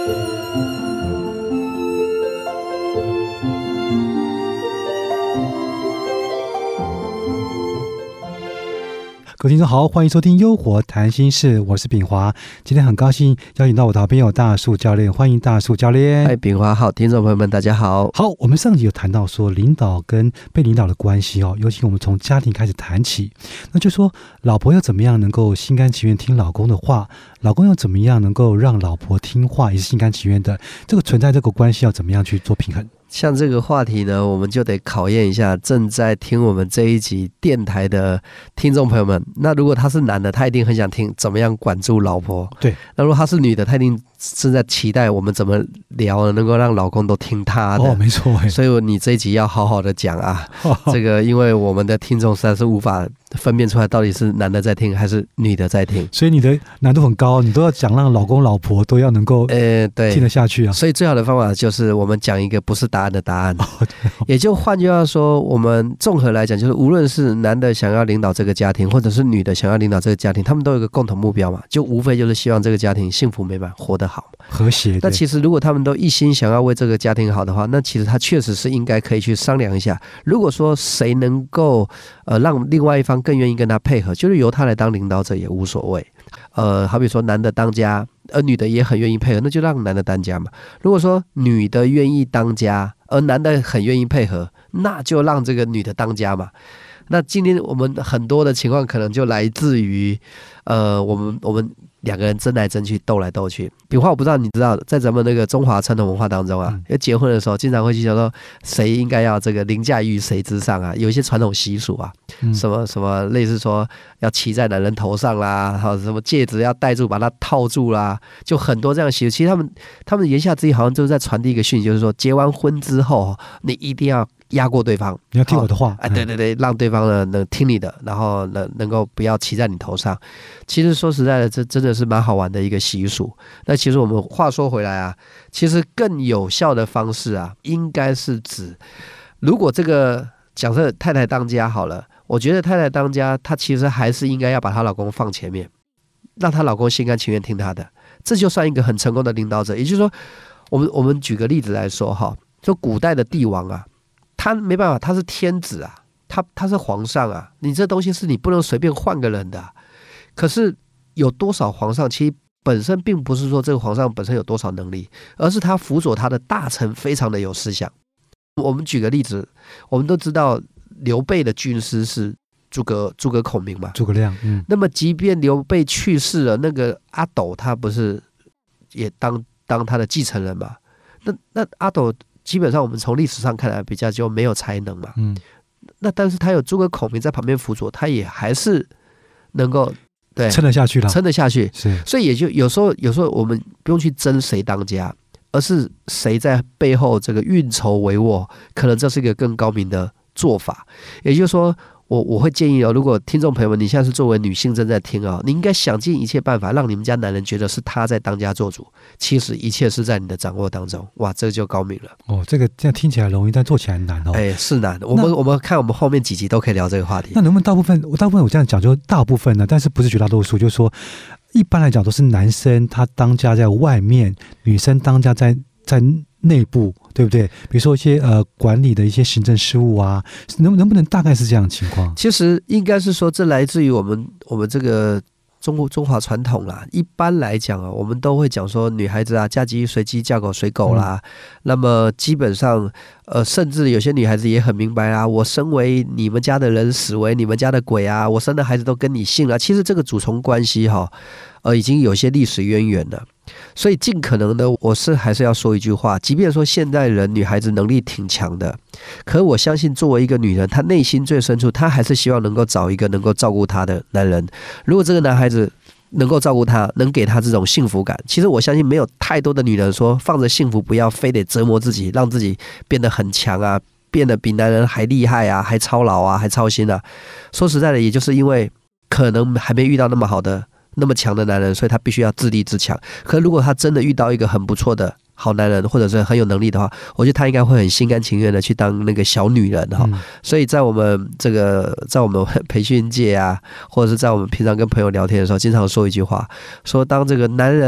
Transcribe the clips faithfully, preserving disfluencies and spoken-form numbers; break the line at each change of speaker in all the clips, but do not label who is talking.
各位听众好，欢迎收听《优活谈心事》，我是秉华。今天很高兴邀请到我的好朋友大树教练，欢迎大树教练。
嗨，秉华好，听众朋友们大家好。
好，我们上集有谈到说领导跟被领导的关系哦，尤其我们从家庭开始谈起，那就说老婆要怎么样能够心甘情愿听老公的话，老公要怎么样能够让老婆听话，也是心甘情愿的，这个存在这个关系要怎么样去做平衡？
像这个话题呢，我们就得考验一下正在听我们这一集电台的听众朋友们。那如果他是男的，他一定很想听怎么样管住老婆。
对。
那如果他是女的，他一定是在期待我们怎么聊能够让老公都听他的。
哦，没错。
所以你这一集要好好的讲啊。哦、这个因为我们的听众实在是无法分辨出来到底是男的在听还是女的在听，
所以你的难度很高，你都要讲让老公老婆都要能够呃对听得下去啊。
所以最好的方法就是我们讲一个不是答案的答案。哦、也就换句话说，我们综合来讲，就是无论是男的想要领导这个家庭，或者是女的想要领导这个家庭，他们都有一个共同目标嘛，就无非就是希望这个家庭幸福美满，活得好
和谐。
那其实如果他们都一心想要为这个家庭好的话，那其实他确实是应该可以去商量一下，如果说谁能够呃让另外一方更愿意跟他配合，就是由他来当领导者也无所谓。呃，好比说男的当家，而女的也很愿意配合，那就让男的当家嘛。如果说女的愿意当家，而男的很愿意配合，那就让这个女的当家嘛。那今天我们很多的情况可能就来自于，呃，我们我们两个人争来争去，斗来斗去。比方我不知道你知道，在咱们那个中华传统文化当中啊，要结婚的时候，经常会去讲说谁应该要这个凌驾于谁之上啊，有一些传统习俗啊，什么什么类似说要骑在男人头上啦，还有什么戒指要戴住把它套住啦，就很多这样的习俗。其实他们他们言下之意好像就是在传递一个讯息，就是说结完婚之后，你一定要压过对方，
你要听我的话，
哎，对对对，让对方呢能听你的，然后能能够不要骑在你头上。其实说实在的，这真的是蛮好玩的一个习俗。那其实我们话说回来啊，其实更有效的方式啊，应该是指，如果这个假设太太当家好了，我觉得太太当家，她其实还是应该要把她老公放前面，让她老公心甘情愿听她的，这就算一个很成功的领导者。也就是说，我们我们举个例子来说哈，就古代的帝王啊。他没办法，他是天子啊，他他是皇上啊，你这东西是你不能随便换个人的、啊。可是有多少皇上，其实本身并不是说这个皇上本身有多少能力，而是他辅佐他的大臣非常的有思想。我们举个例子，我们都知道刘备的军师是诸葛诸葛孔明嘛，
诸葛亮。嗯，
那么即便刘备去世了，那个阿斗他不是也当当他的继承人嘛？那那阿斗。基本上我们从历史上看来比较就没有才能嘛，嗯，那但是他有诸葛孔明在旁边辅佐，他也还是能够对
撑得下去了，
撑得下去。
是，
所以也就有时候有时候我们不用去争谁当家，而是谁在背后这个运筹帷幄，可能这是一个更高明的做法。也就是说。我我会建议哦，如果听众朋友们，你现在是作为女性正在听啊、哦，你应该想尽一切办法，让你们家男人觉得是他在当家做主，其实一切是在你的掌握当中。哇，这就高明了
哦。这个这样听起来容易，但做起来难哦。
哎，是难。我们我们看我们后面几集都可以聊这个话题。
那能不能大部分我大部分我这样讲，就大部分呢，但是不是绝大多数，就是说一般来讲都是男生他当家在外面，女生当家在在内部，对不对？比如说一些呃管理的一些行政事务啊，能能不能大概是这样的情况？
其实应该是说，这来自于我们我们这个中国中华传统啦。一般来讲啊，我们都会讲说，女孩子啊，嫁鸡随鸡，嫁狗随狗啦。嗯、那么基本上，呃，甚至有些女孩子也很明白啦，我身为你们家的人，死为你们家的鬼啊，我生的孩子都跟你姓了。其实这个主从关系哈，呃，已经有些历史渊源了。所以尽可能的，我是还是要说一句话，即便说现代人女孩子能力挺强的，可我相信作为一个女人，她内心最深处，她还是希望能够找一个能够照顾她的男人。如果这个男孩子能够照顾她，能给她这种幸福感，其实我相信没有太多的女人说放着幸福不要，非得折磨自己，让自己变得很强啊，变得比男人还厉害啊，还操劳啊，还操心啊。说实在的，也就是因为可能还没遇到那么好的那么强的男人，所以他必须要自立自强。可如果他真的遇到一个很不错的好男人，或者是很有能力的话，我觉得他应该会很心甘情愿的去当那个小女人哈、嗯。所以在我们这个在我们培训界啊，或者是在我们平常跟朋友聊天的时候，经常说一句话，说当这个男人不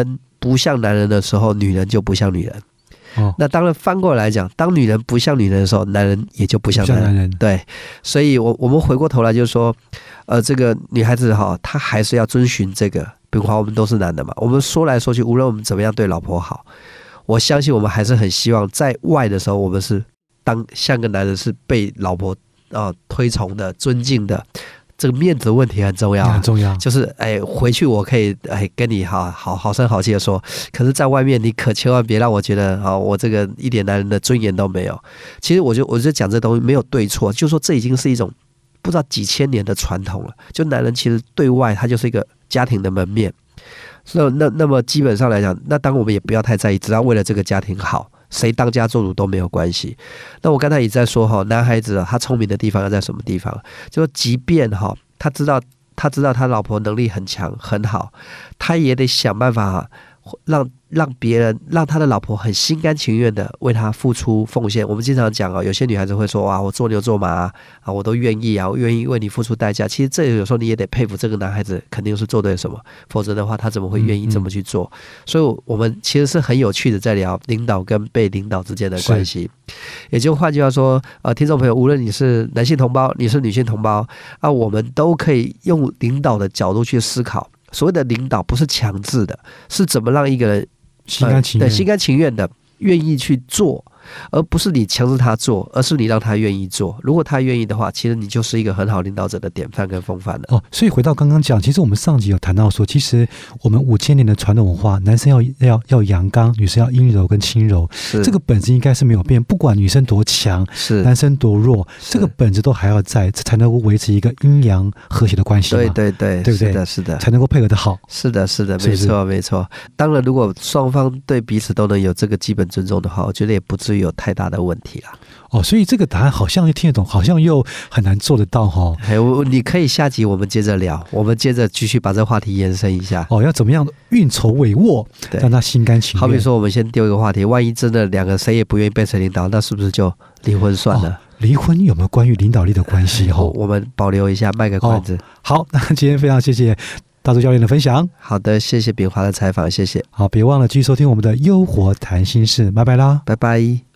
不像男人的时候，女人就不像女人。
哦，
那当然翻过来讲，当女人不像女人的时候，男人也就不像男人。
男人
对，所以我我们回过头来就是说，呃，这个女孩子哈，她还是要遵循这个。比如说我们都是男的嘛，我们说来说去，无论我们怎么样对老婆好，我相信我们还是很希望在外的时候，我们是当像个男人，是被老婆啊、呃、推崇的、尊敬的。这个面子问题很重要、啊，
很重要。
就是哎，回去我可以哎跟你好好好声好气的说，可是在外面你可千万别让我觉得啊、哦，我这个一点男人的尊严都没有。其实我就我就讲这东西没有对错，就说这已经是一种不知道几千年的传统了。就男人其实对外他就是一个家庭的门面，那那那么基本上来讲，那当然我们也不要太在意，只要为了这个家庭好。谁当家做主都没有关系。那我刚才也在说哈，男孩子啊，他聪明的地方要在什么地方？就说即便哈，他知道他知道他老婆能力很强很好，他也得想办法让让别人让他的老婆很心甘情愿的为他付出奉献。我们经常讲哦，有些女孩子会说哇，我做牛做马啊，我都愿意啊，我愿意为你付出代价。其实这有时候你也得佩服这个男孩子，肯定是做对什么，否则的话他怎么会愿意这么去做？嗯嗯，所以我们其实是很有趣的在聊领导跟被领导之间的关系。也就换句话说，呃，听众朋友，无论你是男性同胞，你是女性同胞啊，我们都可以用领导的角度去思考。所谓的领导不是强制的，是怎么让一个人
心甘情愿、
呃、心甘情愿的愿意去做，而不是你强制他做，而是你让他愿意做。如果他愿意的话，其实你就是一个很好领导者的典范跟风范了。
哦，所以回到刚刚讲，其实我们上集有谈到说，其实我们五千年的传统文化，男生要要要阳刚，女生要阴柔跟轻柔，这个本质应该是没有变。不管女生多强，是男生多弱，这个本质都还要在，才能够维持一个阴阳和谐的关系嘛。
对对对，
对不对？
是的，是的，
才能够配合的好。
是的，是的，没错，没错。当然，如果双方对彼此都能有这个基本尊重的话，我觉得也不至于有太大的问题啦。
哦，所以这个答案好像又听得懂，好像又很难做得到哈、哦。
哎，我你可以下集我们接着聊，我们接着继续把这个话题延伸一下。
哦，要怎么样运筹帷幄，让他心甘情愿。
好比说，我们先丢一个话题，万一真的两个谁也不愿意被谁领导，那是不是就离婚算了？哦，
离婚有没有关于领导力的关系？哈、哦，
我们保留一下，卖个关子。哦、
好，那今天非常谢谢大洲教练的分享。
好的，谢谢炳华的采访，谢谢。
好，别忘了继续收听我们的优活谈心事，拜拜啦，
拜拜。